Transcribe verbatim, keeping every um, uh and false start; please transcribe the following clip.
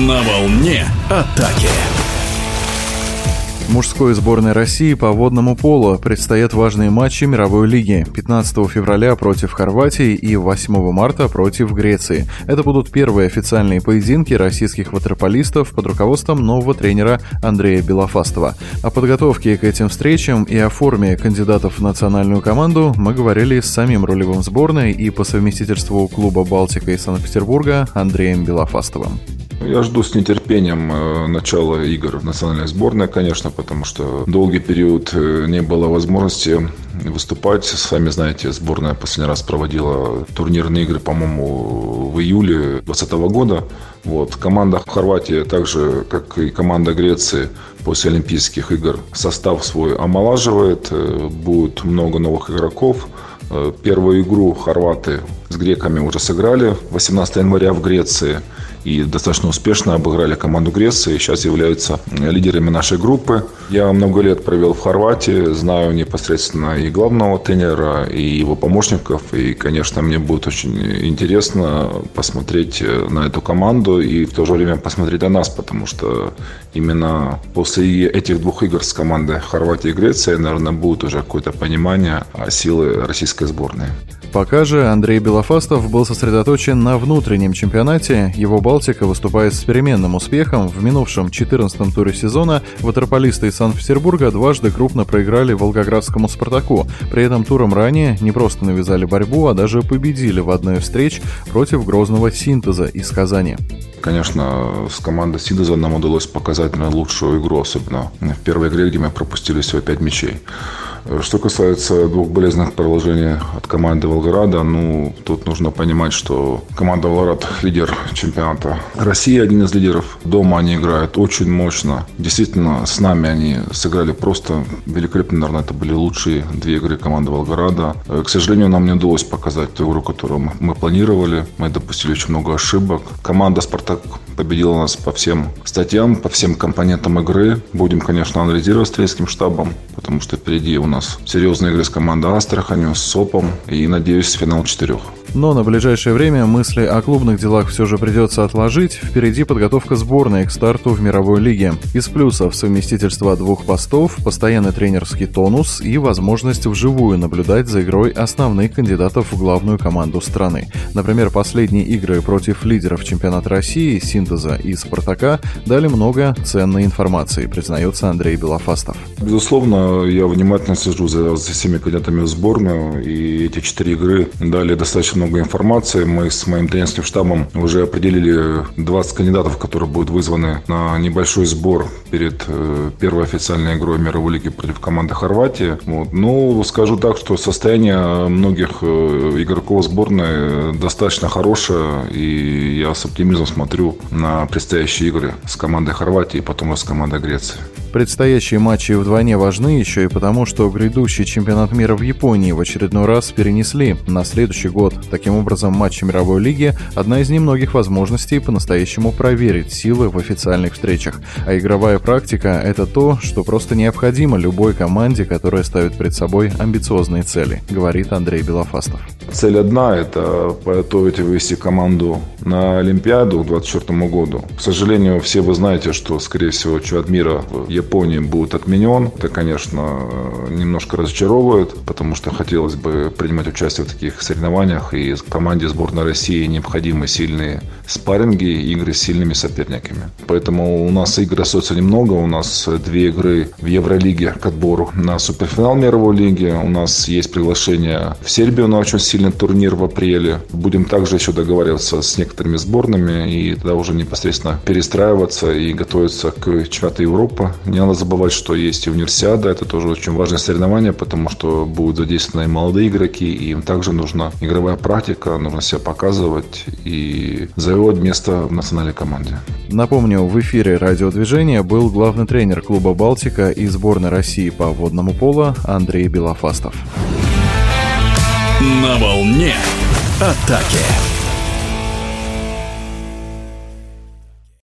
На волне атаки. Мужской сборной России по водному поло предстоят важные матчи мировой лиги пятнадцатого февраля против Хорватии и восьмого марта против Греции. Это будут первые официальные поединки российских ватерполистов под руководством нового тренера Андрея Белофастова. О подготовке к этим встречам и о форме кандидатов в национальную команду мы говорили с самим рулевым сборной и по совместительству клуба «Балтика» из Санкт-Петербурга Андреем Белофастовым. Я жду с нетерпением начала игр в национальной сборной, конечно, потому что долгий период не было возможности выступать. Сами знаете, сборная последний раз проводила турнирные игры, по-моему, в июле две тысячи двадцатого года. Вот. Команда Хорватии, так же, как и команда Греции, после Олимпийских игр состав свой омолаживает. Будет много новых игроков. Первую игру хорваты с греками уже сыграли восемнадцатого января в Греции. И достаточно успешно обыграли команду Греции. Сейчас являются лидерами нашей группы. Я много лет провел в Хорватии. Знаю непосредственно и главного тренера, и его помощников. И, конечно, мне будет очень интересно посмотреть на эту команду и в то же время посмотреть на нас. Потому что именно после этих двух игр с командой Хорватии и Греции, наверное, будет уже какое-то понимание о силе российской сборной. Пока же Андрей Белофастов был сосредоточен на внутреннем чемпионате. Его «Балтика» выступает с переменным успехом. В минувшем четырнадцатом туре сезона ватерполисты из Санкт-Петербурга дважды крупно проиграли волгоградскому «Спартаку». При этом туром ранее не просто навязали борьбу, а даже победили в одной из встреч против грозного «Синтеза» из Казани. Конечно, с командой «Синтеза» нам удалось показать лучшую игру, особенно в первой игре, где мы пропустили всего пять мячей. Что касается двух болезненных поражений от команды Волгограда, ну, тут нужно понимать, что команда Волгоград – лидер чемпионата России, один из лидеров. Дома они играют очень мощно. Действительно, с нами они сыграли просто великолепно. Наверное, это были лучшие две игры команды Волгограда. К сожалению, нам не удалось показать ту игру, которую мы планировали. Мы допустили очень много ошибок. Команда «Спартак» победила нас по всем статьям, по всем компонентам игры. Будем, конечно, анализировать с тренерским штабом, потому что впереди у нас серьезные игры с командой Астрахани, с СОПом и, надеюсь, финал четырех. Но на ближайшее время мысли о клубных делах все же придется отложить. Впереди подготовка сборной к старту в мировой лиге. Из плюсов совместительство двух постов, постоянный тренерский тонус и возможность вживую наблюдать за игрой основных кандидатов в главную команду страны. Например, последние игры против лидеров чемпионата России, «Синтеза» и «Спартака» дали много ценной информации, признается Андрей Белофастов. Безусловно, я внимательно слежу за, за всеми кандидатами в сборную, и эти четыре игры дали достаточно много информации. Мы с моим тренерским штабом уже определили двадцать кандидатов, которые будут вызваны на небольшой сбор перед э, первой официальной игрой мировой лиги против команды Хорватии. Вот. Ну, скажу так, что состояние многих э, игроков сборной достаточно хорошее, и я с оптимизмом смотрю на предстоящие игры с командой Хорватии и потом с командой Греции. Предстоящие матчи вдвойне важны еще и потому, что грядущий чемпионат мира в Японии в очередной раз перенесли на следующий год. Таким образом, матчи мировой лиги – одна из немногих возможностей по-настоящему проверить силы в официальных встречах. А игровая практика – это то, что просто необходимо любой команде, которая ставит перед собой амбициозные цели, говорит Андрей Белофастов. Цель одна – это подготовить и вывести команду на Олимпиаду к две тысячи двадцать четвёртому году. К сожалению, все вы знаете, что, скорее всего, чемпионат мира в Японии будет отменен. Это, конечно, немножко разочаровывает, потому что хотелось бы принимать участие в таких соревнованиях, и команде сборной России необходимы сильные спарринги, игры с сильными соперниками. Поэтому у нас игр остается немного. У нас две игры в Евролиге к отбору на суперфинал мировой лиги. У нас есть приглашение в Сербию на очень сильный турнир в апреле. Будем также еще договариваться с некоторыми сборными и тогда уже непосредственно перестраиваться и готовиться к чемпионату Европы. Не надо забывать, что есть и универсиада. Это тоже очень важное соревнование, потому что будут задействованы и молодые игроки, и им также нужна игровая практика, нужно себя показывать и завоевать место в национальной команде. Напомню, в эфире радиодвижения был главный тренер клуба «Балтика» и сборной России по водному поло Андрей Белофастов. На волне атаки.